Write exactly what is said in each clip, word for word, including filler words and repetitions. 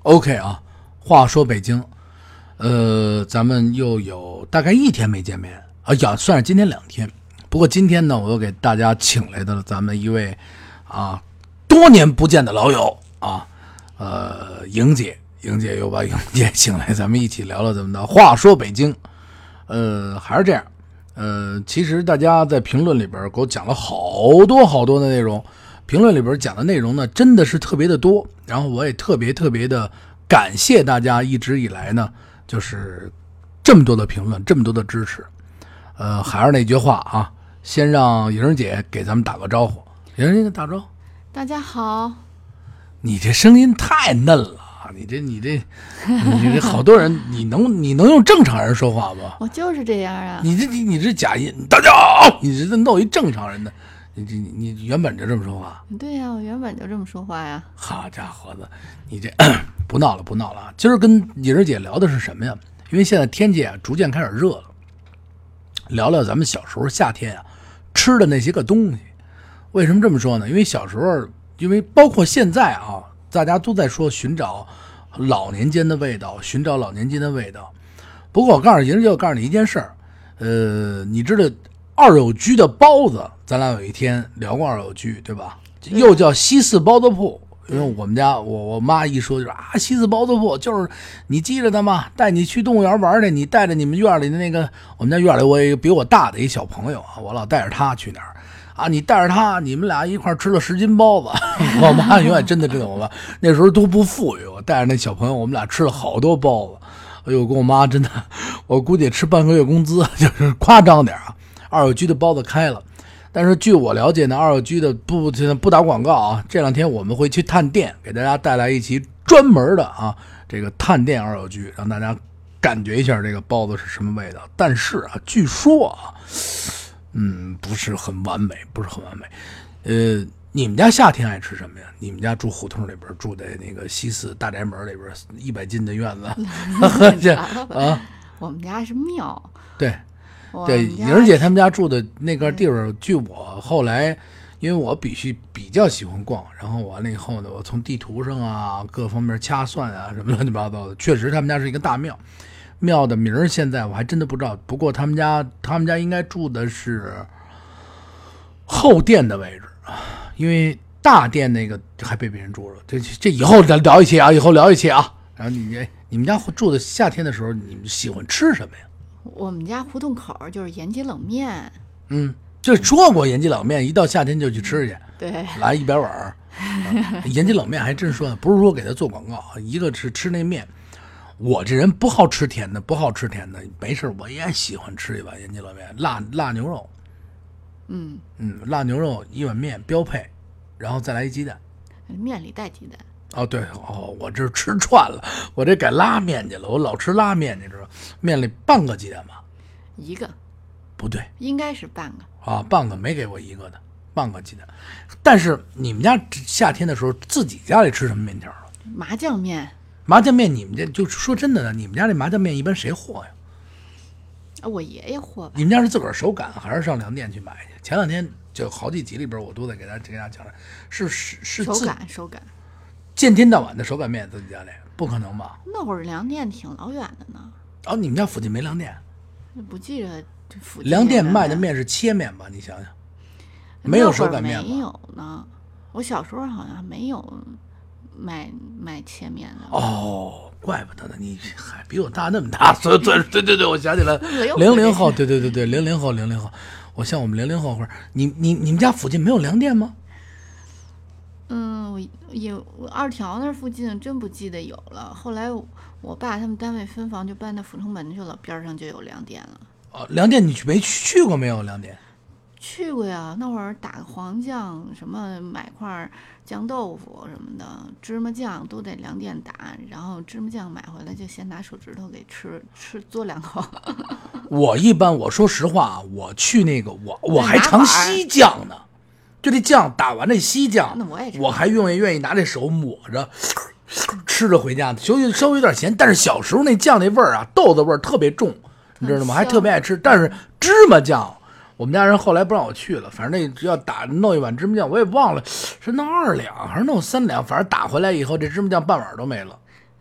OK 啊，话说北京，呃，咱们又有大概一天没见面啊，呀，算是今天两天。不过今天呢，我又给大家请来的咱们一位啊多年不见的老友啊，呃，莹姐，莹姐又把莹姐请来，咱们一起聊聊咱们的话说北京。呃，还是这样，呃，其实大家在评论里边给我讲了好多好多的内容。评论里边讲的内容呢，真的是特别的多，然后我也特别特别的感谢大家一直以来呢，就是这么多的评论，这么多的支持。呃，还是那句话啊，先让莹姐给咱们打个招呼。莹姐打招呼。 大家好。 你这声音太嫩了，你这你这你这好多人，你能你能用正常人说话吗？ 我就是这样啊。 你这你你这假音，大家好，你这弄一正常人的。你你你原本就这么说话？ 对呀、啊，我原本就这么说话呀。 好家伙的，你这不闹了不闹了。今儿跟颖儿姐聊的是什么呀？因为现在天气啊逐渐开始热了，聊聊咱们小时候夏天啊吃的那些个东西。为什么这么说呢？因为小时候，因为包括现在啊，大家都在说寻找老年间的味道，寻找老年间的味道。不过我告诉颖儿姐，我告诉你一件事儿，呃，你知道二友居的包子，咱俩有一天聊过二友居，对吧？又叫西四包子铺，因为我们家我我妈一说就是啊，西四包子铺就是你记着的嘛，带你去动物园玩去，你带着你们院里的那个，我们家院里我有一个比我大的一小朋友啊，我老带着他去哪儿啊，你带着他，你们俩一块吃了十斤包子。我妈永远真的真的，我妈那时候都不富裕，我带着那小朋友，我们俩吃了好多包子。哎呦，跟我妈真的，我估计吃半个月工资，就是夸张点啊。二友居的包子开了，但是据我了解呢，二友居的不不打广告啊，这两天我们会去探店，给大家带来一期专门的啊这个探店二友居，让大家感觉一下这个包子是什么味道。但是啊，据说啊，嗯，不是很完美，不是很完美。呃，你们家夏天爱吃什么呀？你们家住胡同里边，住在那个西四大宅门里边，一百斤的院子，这啊， 我们家是庙， 对。对，莹儿姐他们家住的那个地方，据我后来，因为我必须比较喜欢逛，然后完了以后呢，我从地图上啊各方面掐算啊什么乱七八糟的，确实他们家是一个大庙，庙的名儿现在我还真的不知道，不过他们家他们家应该住的是后殿的位置，因为大殿那个还被别人住了，这这以后咱聊一期啊，以后聊一期啊。然后你你们家住的夏天的时候，你们喜欢吃什么呀？ 我们家胡同口就是延吉冷面， 嗯，就说过延吉冷面，一到夏天就去吃去， 对， 来一百碗儿、啊。延吉冷面还真说呢，不是说给他做广告，一个是吃那面。我这人不好吃甜的，不好吃甜的，没事我也喜欢吃一碗延吉冷面，辣辣牛肉， 嗯嗯，辣牛肉一碗面标配，然后再来一鸡蛋， 面里带鸡蛋。 哦，对哦，我这吃串了，我这改拉面去了。我老吃拉面，你知道，面里半个鸡蛋吧？ 一个， 不对， 应该是半个啊，半个没给我一个的，半个鸡蛋。但是你们家夏天的时候，自己家里吃什么面条？ 麻酱面。 麻酱面，你们这就说真的呢，你们家这麻酱面一般谁和呀？ 啊，我爷爷和吧。 你们家是自个儿手擀，还是上粮店去买去？前两天就好几集里边，我都在给大家给大家讲，是是是手擀手擀。 见天到晚的手擀面，自己家里不可能吧？ 那会儿粮店挺老远的呢。 哦，你们家附近没粮店？ 不记着这附近。 粮店卖的面是切面吧？你想想，没有手擀面吧？ 没有呢。我小时候好像没有卖卖切面的。 哦，怪不得呢，你还比我大那么大，所以对对对对，我想起来，零零后，对对对对，零零后零零后，我像我们零零后会儿，你你你们家附近没有粮店吗？ 嗯，我也我二条那附近真不记得有了。后来我, 我爸他们单位分房就搬到阜成门去了，边上就有粮店了。 哦，粮店你没去过没有？粮店去过呀，那会儿打个黄酱，什么买块酱豆腐什么的，芝麻酱都得粮店打，然后芝麻酱买回来就先拿手指头给吃吃嘬两口。 我一般我说实话，我去那个我我还尝西酱呢。就这酱打完这西酱， 那我也我还愿意愿意拿这手抹着吃着回家，稍微稍微有点咸，但是小时候那酱那味儿啊，豆子味儿特别重，你知道吗？还特别爱吃。但是芝麻酱，我们家人后来不让我去了，反正那只要打弄一碗芝麻酱，我也忘了是弄二两还是弄三两，反正打回来以后这芝麻酱半碗都没了。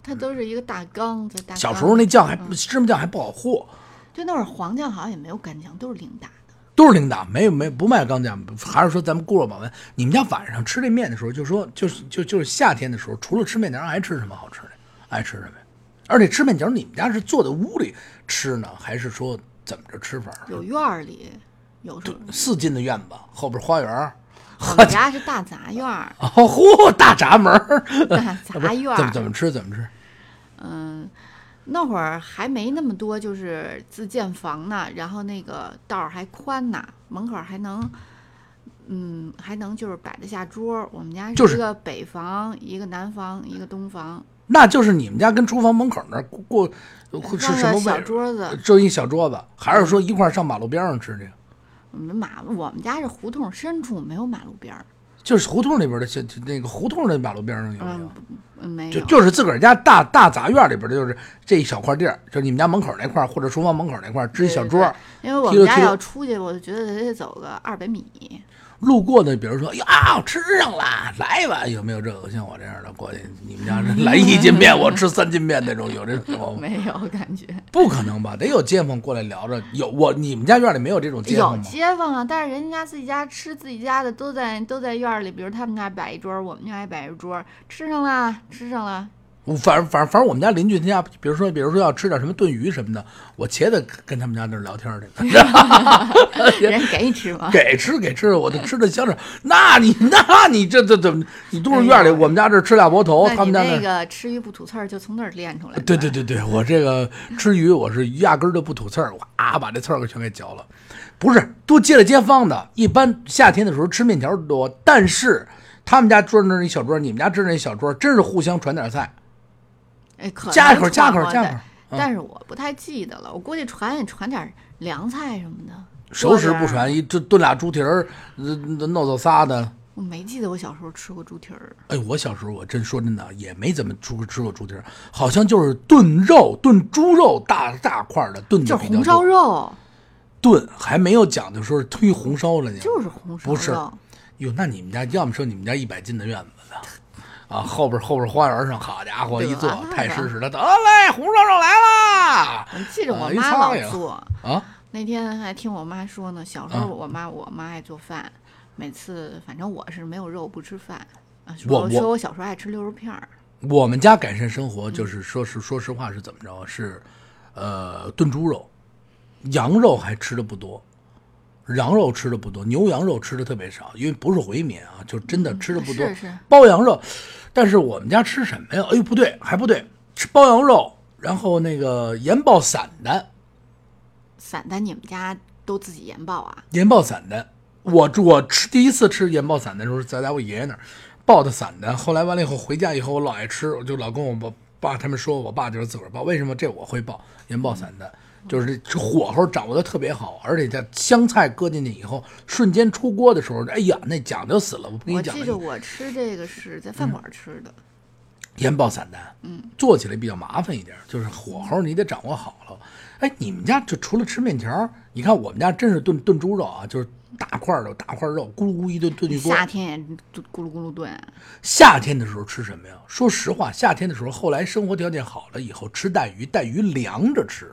它都是一个大缸在大缸。 小时候那酱还芝麻酱还不好和， 对，那会儿黄酱好像也没有干酱，都是零打的， 都是零打，没有没有不卖钢酱。还是说咱们孤陋寡闻？你们家晚上吃这面的时候，就说就是就就是夏天的时候，除了吃面条，还吃什么好吃的？爱吃什么呀？而且吃面条，你们家是坐在屋里吃呢，还是说怎么着吃法？ 有院儿里，有时候四进的院子后边花园。 我们家是大杂院儿。 哦嚯，大闸门儿， 大杂院儿。 怎么怎么吃怎么吃？ 嗯，那会儿还没那么多，就是自建房呢，然后那个道儿还宽呢，门口还能，嗯，还能就是摆得下桌。我们家就是一个北房，一个南房，一个东房。 那就是你们家跟厨房门口那儿过过是什么位置？ 小桌子， 就一小桌子，还是说一块儿上马路边上吃去？ 我们马我们家是胡同深处，没有马路边儿。 就是胡同里边的，就那个胡同的马路边上有没有？ 嗯，没有。 就就是自个儿家大大杂院里边的，就是这一小块地儿，就是你们家门口那块儿，或者厨房门口那块儿支一小桌。 对对对，因为我们家要出去，我就觉得得走个二百米。 路过的，比如说呀，吃上了，来吧，有没有这个像我这样的过去？你们家来一斤面，我吃三斤面那种，有这种？ 没有感觉， 不可能吧？得有街坊过来聊着。有我，你们家院里没有这种街坊吗？ 有街坊啊，但是人家自己家吃自己家的，都在都在院里。比如他们家摆一桌，我们家也摆一桌，吃上了，吃上了。 反正反正反正我们家邻居他家，比如说比如说要吃点什么炖鱼什么的，我茄子跟他们家那儿聊天去， 人给你吃吗？ 给吃给吃，我都吃的香着。那你那你这这怎么？你都是院里，我们家这吃俩窝头，他们家那个吃鱼不吐刺儿，就从那儿练出来的。 对对对对，我这个吃鱼我是压根儿就不吐刺儿，哇，把这刺儿给全给嚼了。不是多接了街坊的，一般夏天的时候吃面条多，但是他们家桌那一小桌，你们家支那一小桌，真是互相传点菜。 哎，可加一口加一口加一口， 但是我不太记得了，我估计传也传点凉菜什么的。 熟食不传，一炖炖俩猪蹄儿，弄走仨的。 我没记得我小时候吃过猪蹄儿。 哎，我小时候我真说真的也没怎么吃吃过猪蹄儿，好像就是炖肉，炖猪肉大大块的炖的比较多。 就是红烧肉。 炖还没有讲究说是推红烧了呢。 就是红烧肉。 不是，哟，那你们家要么说你们家一百斤的院子呢？啊，后边后边花园上，好家伙，一坐太师似的，得嘞，红烧肉来啦！ 我记着我妈老做啊，那天还听我妈说呢。小时候我妈、啊、我妈爱做饭，每次反正我是没有肉不吃饭啊。 我说我小时候爱吃溜肉片儿。 我们家改善生活就是说是说实话是怎么着？是呃炖猪肉，羊肉还吃的不多。羊肉吃的不多，牛羊肉吃的特别少，因为不是回民啊，就真的吃的不多。 嗯、是是包羊肉，但是我们家吃什么呀？哎呦，不对，还不对，吃包羊肉，然后那个盐爆散的。 散的你们家都自己盐爆啊？ 盐爆散的，我我吃第一次吃盐爆散的时候，在在我爷爷那儿爆的散的。后来完了以后回家以后，我老爱吃，我就老跟我爸他们说，我爸就是自个儿爆。为什么这我会爆盐爆散的？就是这火候掌握的特别好，而且在香菜搁进去以后，瞬间出锅的时候，哎呀，那讲究死了！我不跟你讲。 我记得我吃这个是在饭馆吃的， 嗯、盐爆散的， 嗯， 做起来比较麻烦一点，就是火候你得掌握好了。哎，你们家就除了吃面条，你看我们家真是炖炖猪肉啊，就是大块的大块肉，咕噜咕一顿炖一锅。 夏天也咕噜咕噜炖。 夏天的时候吃什么呀？说实话，夏天的时候，后来生活条件好了以后，吃带鱼，带鱼凉着吃。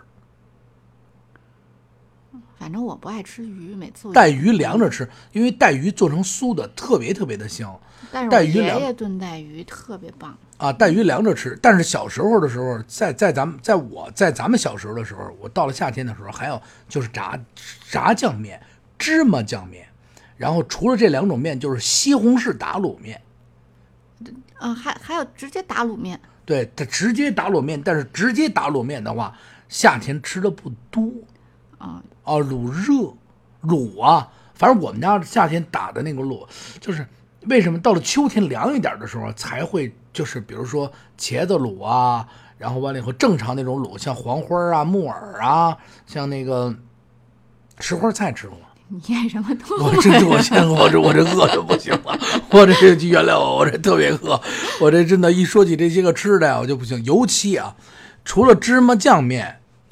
反正我不爱吃鱼，每次我带鱼凉着吃，因为带鱼做成酥的特别特别的香。 但是我爷爷炖带鱼特别棒啊，带鱼凉着吃。但是小时候的时候，在在咱们在我在咱们小时候的时候，我到了夏天的时候，还有就是炸炸酱面、芝麻酱面，然后除了这两种面，就是西红柿打卤面。 啊，还还有直接打卤面。 对，它直接打卤面，但是直接打卤面的话，夏天吃的不多。 啊啊，卤热卤啊，反正我们家夏天打的那个卤，就是为什么到了秋天凉一点的时候才会，就是比如说茄子卤啊，然后完了以后正常那种卤，像黄花啊、木耳啊，像那个石花菜吃过吗？ 你爱什么东西？ 我这我现在我这我这饿的不行了，我这原谅我，我这特别饿，我这真的，一说起这些个吃的呀，我就不行。尤其啊，除了芝麻酱面。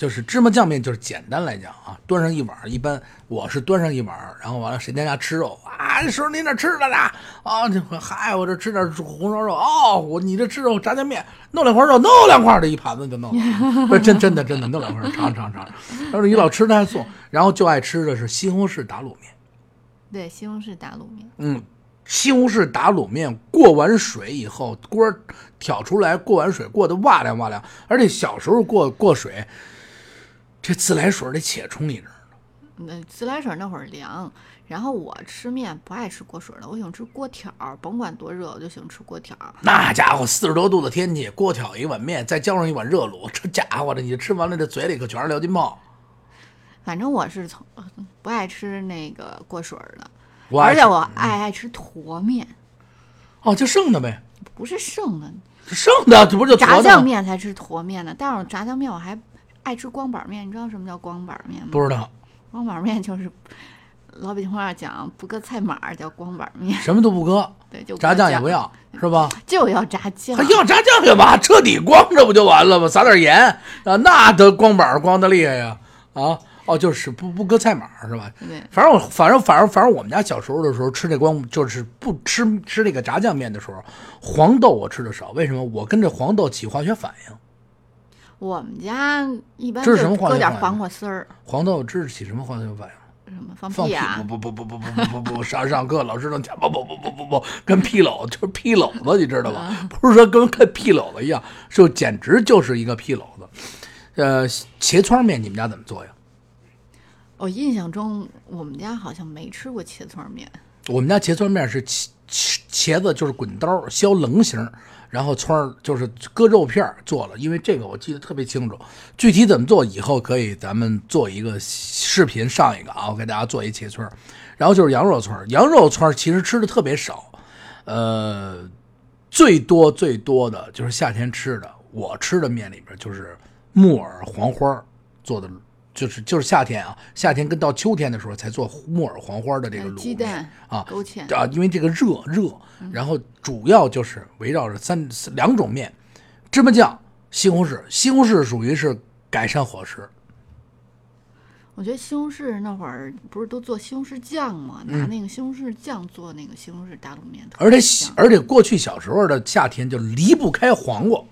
就是芝麻酱面，就是简单来讲啊，端上一碗，一般我是端上一碗，然后完了谁在家吃肉啊，师傅您这吃了呢？啊，这嗨，我这吃点红烧肉哦，我你这吃肉炸酱面，弄两块肉，弄两块的一盘子就弄了，不是真真的真的弄两块尝尝尝。要是你老吃太送，然后就爱吃的是西红柿打卤面。 对，西红柿打卤面。 嗯。西红柿打卤面过完水以后，锅挑出来，过完水过得哇凉哇凉，而且小时候过过水，这自来水得且冲一阵儿。 那自来水那会儿凉，然后我吃面不爱吃过水的，我喜欢吃锅条，甭管多热，我就喜欢吃锅条。 那家伙四十多度的天气，锅挑一碗面，再浇上一碗热卤，这家伙的你吃完了，这嘴里可全是辽金炮。 反正我是从不爱吃那个过水的。 而且我爱爱吃坨面， 哦，就剩的呗， 不是剩的， 剩的这不就炸酱面才吃坨面呢？但是我炸酱面我还爱吃光板面，你知道什么叫光板面吗？ 不知道， 光板面就是老北京话讲不搁菜码叫光板面， 什么都不搁， 对，就炸酱也不要，是吧？ 就要炸酱， 还要炸酱干嘛？彻底光着不就完了吗？撒点盐啊，那得光板光的厉害呀！啊。哦，就是不不搁菜码是吧？ 对， 反正我反正反正反正我们家小时候的时候吃这光就是不吃吃这个炸酱面的时候，黄豆我吃的少，为什么？我跟这黄豆起化学反应。 我们家一般这是什么化学反应？ 搁点黄瓜丝儿。 黄豆知识起什么化学反应？ 什么放屁啊？ 不不不不不不不不不上上课老师能讲不不不不不不跟屁篓就是屁篓子，你知道吧？不是说跟跟屁篓子一样，就简直就是一个屁篓子。呃，茄汆面你们家怎么做呀？ 我印象中，我们家好像没吃过茄汆面。 我们家茄汆面是茄茄子就是滚刀削棱形，然后汆就是搁肉片做了，因为这个我记得特别清楚。具体怎么做，以后可以咱们做一个视频上一个啊，我给大家做一茄汆。然后就是羊肉汆，羊肉汆其实吃的特别少，呃，最多最多的就是夏天吃的，我吃的面里边就是木耳黄花做的。就是就是夏天啊，夏天跟到秋天的时候才做木耳黄花的这个卤面鸡蛋啊， 勾芡啊，因为这个热热，然后主要就是围绕着三两种面，芝麻酱、西红柿。西红柿属于是改善伙食。 我觉得西红柿那会儿不是都做西红柿酱吗？拿那个西红柿酱做那个西红柿打卤面， 而且而且过去小时候的夏天就离不开黄瓜。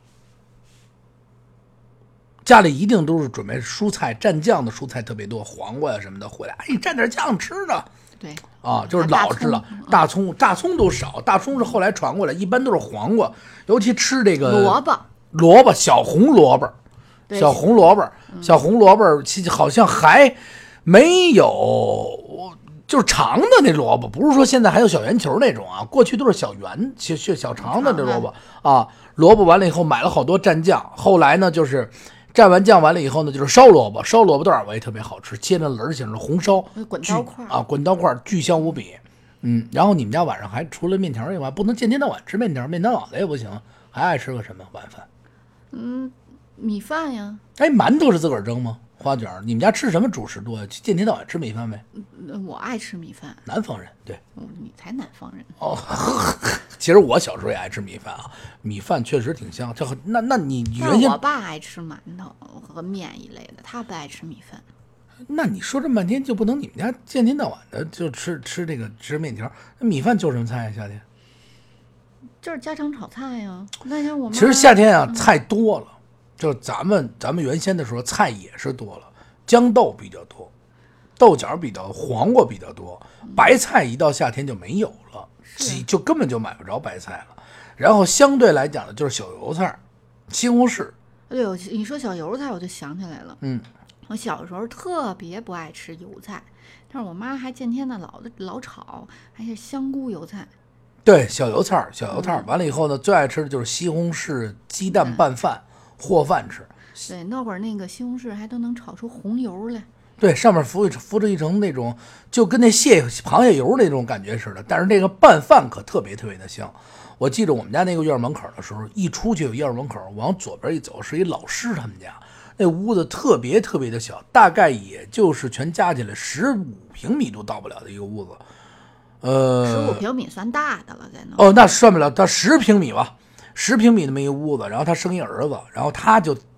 家里一定都是准备蔬菜蘸酱的，蔬菜特别多，黄瓜呀什么的回来，哎，蘸点酱吃的。 对啊，就是老知道大葱，大葱都少，大葱是后来传过来，一般都是黄瓜，尤其吃这个萝卜， 萝卜小红萝卜，小红萝卜，小红萝卜好像还没有，就是长的那萝卜，不是说现在还有小圆球那种啊，过去都是小圆小小长的这萝卜啊，萝卜完了以后买了好多蘸酱，后来呢就是。蘸完酱完了以后呢，就是烧萝卜，烧萝卜段我也特别好吃，切成棱形的红烧， 滚刀块啊，滚刀块巨香无比。嗯，然后你们家晚上还除了面条以外，不能天天到晚吃面条，面条脑袋也不行，还爱吃个什么晚饭？ 嗯，米饭呀。 哎，馒头是自个儿蒸吗？花卷，你们家吃什么主食多呀？天天到晚吃米饭呗？ 我爱吃米饭。 南方人，对。 你才南方人哦。其实我小时候也爱吃米饭啊，米饭确实挺香。这那那你原先我爸爱吃馒头和面一类的，他不爱吃米饭。 那你说这半天就不能你们家天天到晚的就吃吃这个吃面条？那米饭就什么菜呀？夏天就是家常炒菜呀。那天我们其实夏天啊、嗯、菜多了，就咱们咱们原先的时候菜也是多了，豇豆比较多，豆角比较黄瓜比较多，白菜一到夏天就没有了，就根本就买不着白菜了。然后相对来讲呢，就是小油菜、西红柿。 对，我你说小油菜，我就想起来了。 嗯， 我小时候特别不爱吃油菜，但是我妈还见天的老老炒，还是香菇油菜。 对，小油菜，小油菜、嗯、完了以后呢，最爱吃的就是西红柿鸡蛋拌饭、嗯、和饭吃。 对，那会儿那个西红柿还都能炒出红油来。 对，上面浮浮着一层那种就跟那蟹螃蟹油那种感觉似的，但是这个拌饭可特别特别的香。我记得我们家那个院门口的时候，一出去院门口往左边一走是一老师他们家，那屋子特别特别的小，大概也就是全加起来十五平米都到不了的一个屋子。呃， 十五平米算大的了，在那。 哦，那算不了，到十平米吧，十平米那么一个屋子。然后他生一儿子，然后他就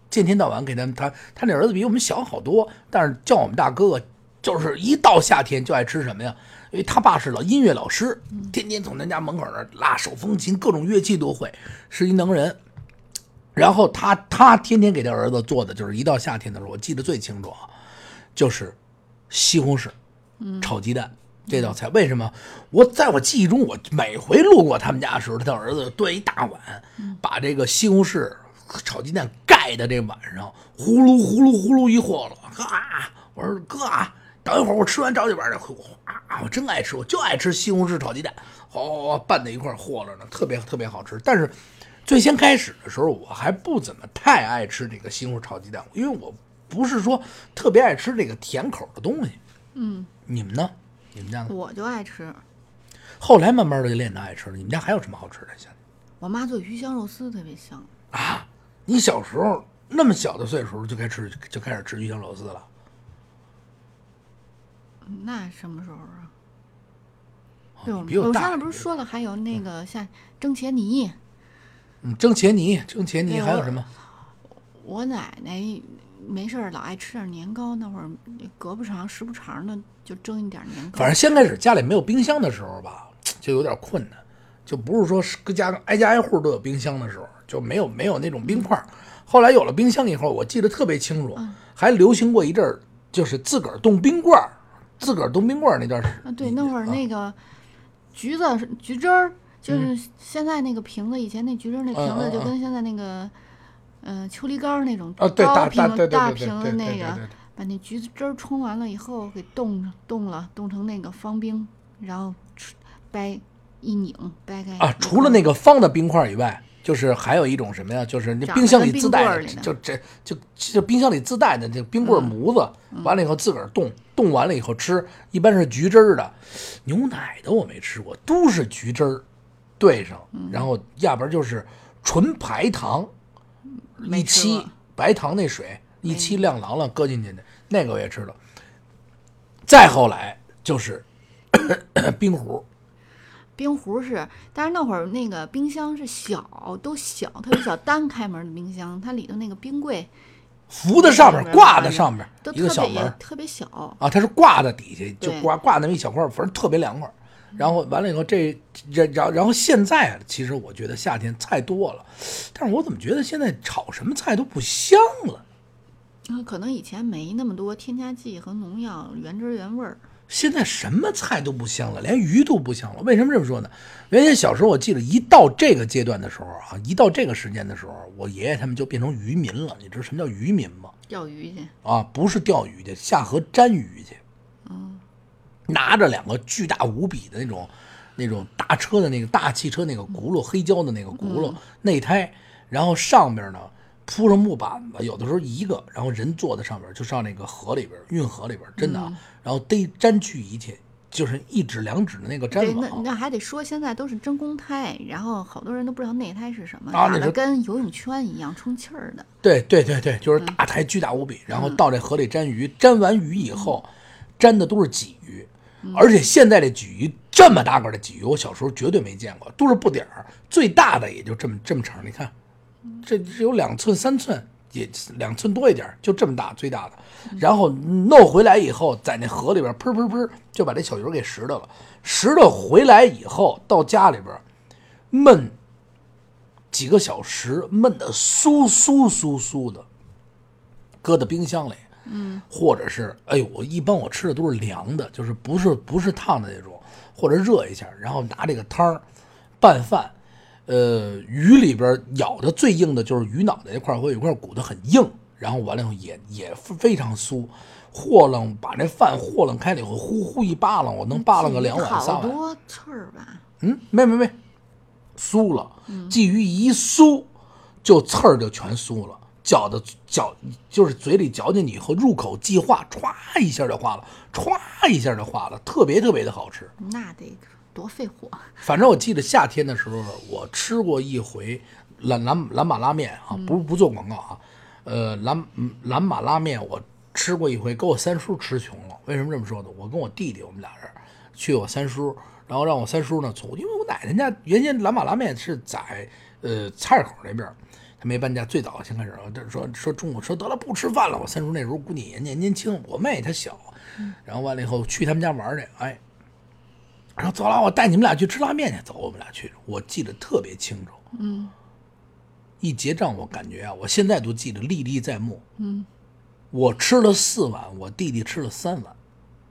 见天到晚给他们，他他那儿子比我们小好多，但是叫我们大哥哥，就是一到夏天就爱吃什么呀？因为他爸是老音乐老师，天天从咱家门口那儿拉手风琴，各种乐器都会，是一能人。然后他他天天给他儿子做的就是一到夏天的时候，我记得最清楚啊，就是西红柿炒鸡蛋。这道菜为什么我在我记忆中，我每回路过他们家的时候，他儿子端一大碗，把这个西红柿炒鸡蛋盖在这碗上，呼噜呼噜呼噜一和了，啊！我说哥啊，等一会儿我吃完找你玩去。啊，我真爱吃，我就爱吃西红柿炒鸡蛋，哦，拌在一块和了呢，特别特别好吃。但是最先开始的时候，我还不怎么太爱吃这个西红柿炒鸡蛋，因为我不是说特别爱吃这个甜口的东西。 嗯， 你们呢？你们家呢？ 我就爱吃。 后来慢慢的就练着爱吃了。你们家还有什么好吃的？现在我妈做鱼香肉丝特别香啊！你小时候那么小的岁数就开始就开始吃鱼香肉丝了？ 那什么时候啊？ 哦、比我大。 我上次不是说了，还有那个像蒸茄泥。 嗯，蒸茄泥，蒸茄泥还有什么？ 我奶奶没事老爱吃点年糕，那会儿隔不长时不长的就蒸一点年糕。 反正先开始家里没有冰箱的时候吧，就有点困难，就不是说各家挨家挨户都有冰箱的时候，就没有没有那种冰块。嗯、后来有了冰箱以后，我记得特别清楚，嗯、还流行过一阵儿，就是自个儿冻冰棍儿，自个儿冻冰棍儿那段时间。 啊，对，那会儿那个橘子、啊、橘汁儿，就是现在那个瓶子，以前那橘汁那瓶子就跟现在那个。嗯、呃，秋梨干那种啊，对，大瓶大大瓶的那个，把那橘子汁儿冲完了以后给冻冻了，冻成那个方冰，然后掰一拧，掰开啊。除了那个方的冰块以外，就是还有一种什么呀？就是那冰箱里自带的，就这就就冰箱里自带的这冰棍模子，嗯、完了以后自个儿冻，冻完了以后吃，一般是橘汁儿的，牛奶的我没吃过，都是橘汁儿兑上， 嗯、 然后压边就是纯白糖。一沏白糖那水，一沏亮郎了，搁进去的那个我也吃了。再后来就是咳咳冰壶， 冰壶是，但是那会儿那个冰箱是小，都小，特别小，单开门的冰箱，它里头那个冰柜浮在上面，挂在上面，一个小门， 特别小啊，它是挂在底下，就挂挂那么一小块，反正特别凉快。然后完了以后，这然然然后现在啊，其实我觉得夏天菜多了，但是我怎么觉得现在炒什么菜都不香了？ 嗯，可能以前没那么多添加剂和农药，原汁原味儿。 现在什么菜都不香了，连鱼都不香了。为什么这么说呢？原先小时候我记得，一到这个阶段的时候啊，一到这个时间的时候，我爷爷他们就变成渔民了。你知道什么叫渔民吗？ 钓鱼去啊，不是钓鱼去，下河沾鱼去。 嗯。 拿着两个巨大无比的那种那种大车的那个大汽车那个轱辘，黑胶的那个轱辘内胎，然后上边呢铺上木板子，有的时候一个，然后人坐在上边就上那个河里边，运河里边，真的啊，然后逮沾去一切，就是一指两指的那个沾网。 那那还得说现在都是真空胎，然后好多人都不知道内胎是什么，打的跟游泳圈一样充气儿的。 对对对对，就是大胎巨大无比，然后到这河里沾鱼，沾完鱼以后，沾的都是鲫鱼。而且现在这鲫鱼这么大个的鲫鱼，我小时候绝对没见过，都是不点儿，最大的也就这么这么长。你看，这只有两寸三寸，也两寸多一点，就这么大，最大的。然后弄回来以后，在那河里边喷喷喷就把这小鱼给拾到了。拾到回来以后，到家里边焖几个小时，焖的酥酥酥酥的，搁到冰箱里。 嗯， 或者是，哎呦，我一般我吃的都是凉的，就是不是不是烫的那种，或者热一下，然后拿这个汤拌饭。呃，鱼里边咬的最硬的就是鱼脑袋那块，会有一块骨头很硬，然后完了以后也也非常酥，和楞把那饭和楞开了以后，呼呼一扒拉，我能扒拉个两碗三碗。 好多刺儿吧？ 嗯，没没没，酥了，鲫鱼一酥，就刺儿就全酥了。嚼的嚼就是嘴里嚼进去以后，入口即化，歘一下就化了，歘一下就化了，特别特别的好吃。 那得多费火。 反正我记得夏天的时候，我吃过一回蓝蓝蓝马拉面啊，不不做广告啊，呃蓝蓝马拉面我吃过一回，给我三叔吃穷了。为什么这么说呢？我跟我弟弟我们俩人去我三叔，然后让我三叔呢从，因为我奶奶家原先蓝马拉面是在呃菜市口那边。 他没搬家，最早先开始这说说中午说得了不吃饭了，我三叔那时候估计也年年轻，我妹她小，然后完了以后去他们家玩去，哎，然后走了，我带你们俩去吃拉面去，走，我们俩去，我记得特别清楚， 嗯， 一结账我感觉啊，我现在都记得历历在目， 嗯， 我吃了四碗，我弟弟吃了三碗，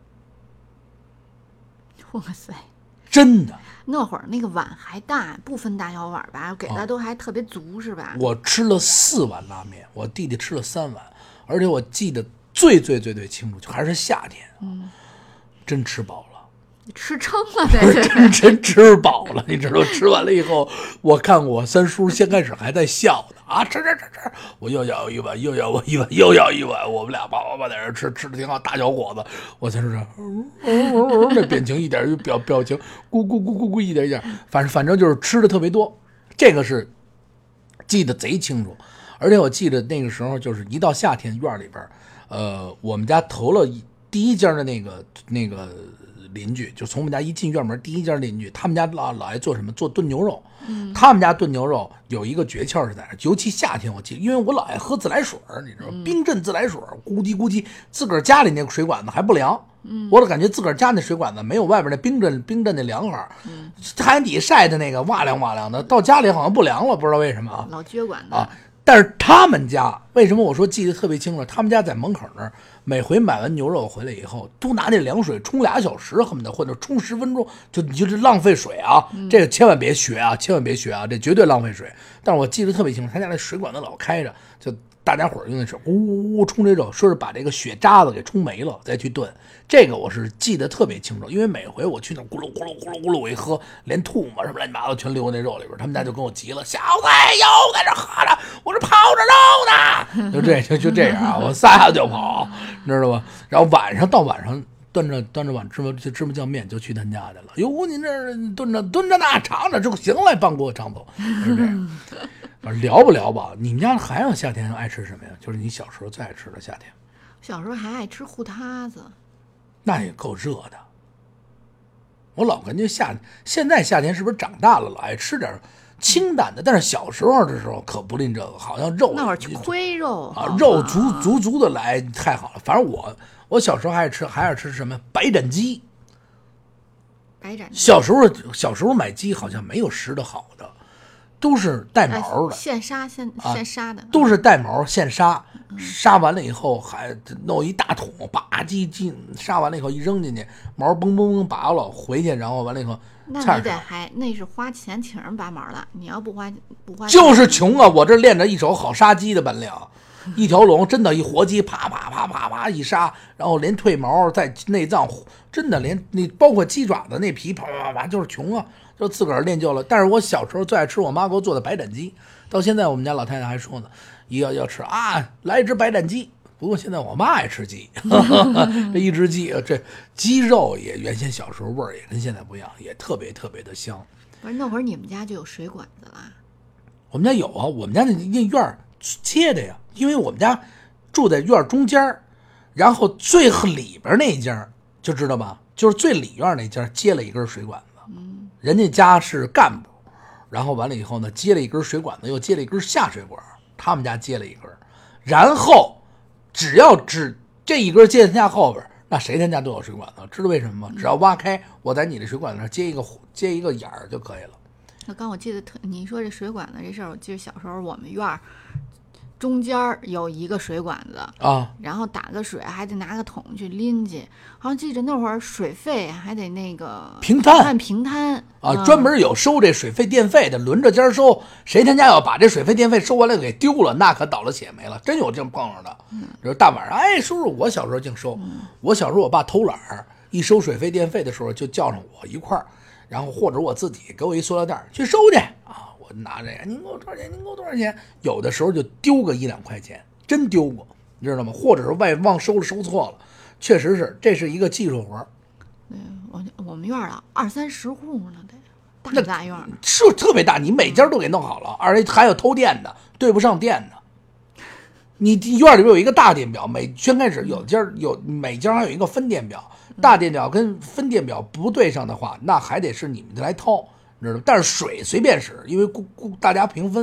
哇塞！ 真的， 那会儿那个碗还大，不分大小碗吧，给的都还特别足，是吧？ 我吃了四碗拉面，我弟弟吃了三碗，而且我记得最最最最清楚，就还是夏天， 嗯， 真吃饱了。 吃撑了呗， 真真吃饱了，你知道？吃完了以后，我看我三叔先开始还在笑呢，啊，吃吃吃吃，我又要一碗，又要我一碗，又要一碗，我们俩叭叭叭在这吃，吃的挺好，大小伙子。我三叔这，嗯嗯嗯，那表情一点表表情，咕咕咕咕咕一点一点，反正反正就是吃的特别多，这个是记得贼清楚。而且我记得那个时候，就是一到夏天，院里边，呃，我们家投了第一家的那个那个。邻居就从我们家一进院门，第一家邻居，他们家老老爱做什么？做炖牛肉。嗯，他们家炖牛肉有一个诀窍是在这，尤其夏天，我记得，因为我老爱喝自来水，你知道吗？冰镇自来水，咕叽咕叽，自个儿家里那个水管子还不凉。嗯，我都感觉自个儿家那水管子没有外边那冰镇冰镇那凉快。嗯，太阳底晒的那个哇凉哇凉的，到家里好像不凉了，不知道为什么。 老撅管子啊。但是他们家为什么我说记得特别清楚？他们家在门口那儿，每回买完牛肉回来以后，都拿那凉水冲俩小时，恨不得或者冲十分钟，就你就是浪费水啊！嗯、这个千万别学啊，千万别学啊，这绝对浪费水。但是我记得特别清楚，他家那水管子老开着，就大家伙用那水呜呜呜冲这肉，说是把这个血渣子给冲没了再去炖。这个我是记得特别清楚，因为每回我去那咕噜咕噜咕噜咕噜，我一喝，连吐沫什么乱七八糟全流那肉里边。他们家就跟我急了，小子又在这喝着，我这泡着肉呢，就这就就这样啊，我撒丫就跑，你知道吧？然后晚上到晚上端着端着碗芝麻芝麻酱面就去他家去了。哟，您这炖着炖着呢，尝着就行了，帮给我尝走，是这样。反正聊不聊吧？你们家还有夏天爱吃什么呀？就是你小时候最爱吃的夏天。 小时候还爱吃糊塌子。 那也够热的，我老感觉夏现在夏天是不是长大了老爱吃点清淡的？但是小时候的时候可不吝这个，好像肉那会儿亏肉啊，肉足足足的来，太好了。反正我我小时候还爱吃还爱吃什么白斩鸡。 白斩鸡。 小时候小时候买鸡好像没有食的好的，都是带毛的， 呃、现杀现现杀的， 啊，都是带毛现杀。杀完了以后还弄一大桶，吧唧鸡杀完了以后一扔进去，毛嘣嘣嘣拔了回去，然后完了以后， 那你得还那是花钱请人拔毛了，你要不花不花就是穷啊！我这练着一手好杀鸡的本领，一条龙真的，一活鸡啪啪啪啪啪一杀，然后连褪毛再内脏，真的连你包括鸡爪子那皮啪啪啪就是穷啊，就自个儿练就了。但是我小时候最爱吃我妈给我做的白斩鸡，到现在我们家老太太还说呢。一要要吃啊，来一只白斩鸡。不过现在我妈爱吃鸡，这一只鸡，这鸡肉也原先小时候味儿也跟现在不一样，也特别特别的香。 不是那会儿你们家就有水管子了？ 我们家有啊，我们家那那院切的呀，因为我们家住在院中间，然后最里边那一家就知道吧，就是最里院那家接了一根水管子，嗯，人家家是干部，然后完了以后呢，接了一根水管子，又接了一根下水管。他们家接了一根，然后只要只这一根接人家后边，那谁他家都有水管子，知道为什么吗？只要挖开，我在你的水管子上接一个接一个眼儿就可以了。 那刚我记得特你说这水管子这事儿，我记得小时候我们院儿中间有一个水管子啊， 然后打个水还得拿个桶去拎去，好像记着那会儿水费还得那个平摊平摊啊、嗯，专门有收这水费电费的，轮着家收。谁他家要把这水费电费收完了给丢了，那可倒了血霉了，真有这么碰上的。嗯，就是大晚上，哎，叔叔，我小时候净收、嗯，我小时候我爸偷懒儿，一收水费电费的时候就叫上我一块儿，然后或者我自己给我一塑料袋去收去啊。我拿这个，您给我多少钱？您给我多少钱？有的时候就丢个一两块钱，真丢过，你知道吗？或者是外忘收了，收错了，确实是，这是一个技术活。 对，我我们院啊，二三十户呢，得大大院， 是特别大，你每家都给弄好了，而且还有偷电的，对不上电的。你院里边有一个大电表，每先开始有家有每家还有一个分电表，大电表跟分电表不对上的话，那还得是你们来掏。知道，但是水随便使，因为大家平分，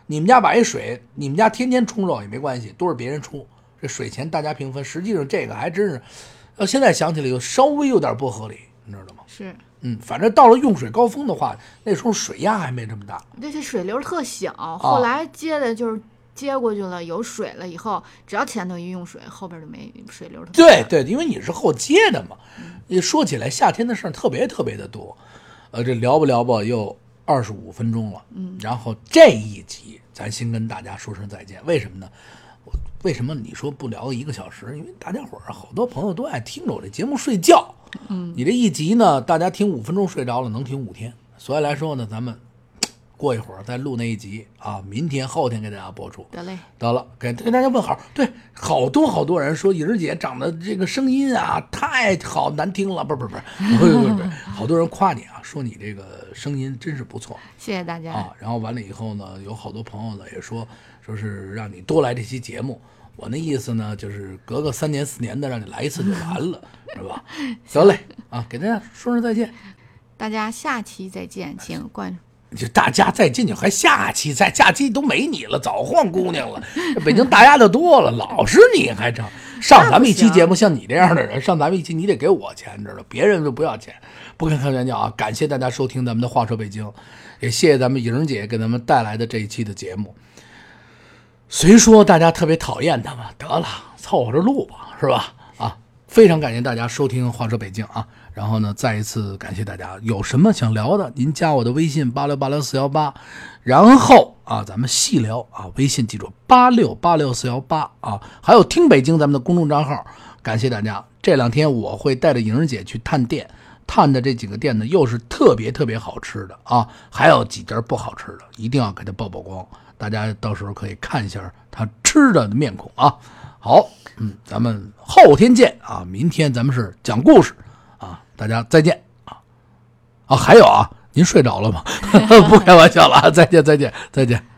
你们家把一水，你们家天天冲肉也没关系，都是别人出，这水钱大家平分。实际上这个还真是，呃，现在想起来又稍微有点不合理，你知道吗？ 是， 嗯，反正到了用水高峰的话，那时候水压还没这么大。 对，这水流特小，后来接的就是接过去了，有水了以后，只要前头一用水，后边就没水流特别大。 对对，因为你是后接的嘛。你说起来夏天的事儿特别特别的多，呃，这聊不聊吧又二十五分钟了，嗯，然后这一集咱先跟大家说声再见。为什么呢？我为什么你说不聊一个小时？因为大家伙儿好多朋友都爱听着我这节目睡觉，嗯，你这一集呢，大家听五分钟睡着了，能听五天。所以来说呢，咱们过一会儿再录那一集啊，明天后天给大家播出。 得嘞， 得了，给给大家问好。对，好多好多人说颖儿姐长得这个声音啊太好难听了，不是不是不是不是不是不是，好多人夸你啊，说你这个声音真是不错。 谢谢大家啊。然后完了以后呢，有好多朋友呢也说说是让你多来这期节目。我那意思呢，就是隔个三年四年的让你来一次就完了，是吧？得嘞啊，给大家说声再见。 大家下期再见，请关注。 就大家再见，就还下期再下期都没你了，早换姑娘了。北京大丫头多了，老是你还成上咱们一期节目，像你这样的人上咱们一期，你得给我钱，知道？别人就不要钱，不跟开玩笑啊！感谢大家收听咱们的话说北京，也谢谢咱们颖姐给咱们带来的这一期的节目。虽说大家特别讨厌他们，得了，凑合着录吧，是吧？啊，非常感谢大家收听话说北京啊！然后呢，再一次感谢大家，有什么想聊的，您加我的微信八六八六四一八，然后啊，咱们细聊啊，微信记住八六八六四一八啊，还有听北京咱们的公众账号，感谢大家。这两天我会带着颖儿姐去探店，探的这几个店呢，又是特别特别好吃的啊，还有几家不好吃的，一定要给它曝曝光，大家到时候可以看一下他吃的面孔啊。好，嗯，咱们后天见啊，明天咱们是讲故事。大家再见啊！啊，还有啊，您睡着了吗？不开玩笑了啊！再见，再见，再见。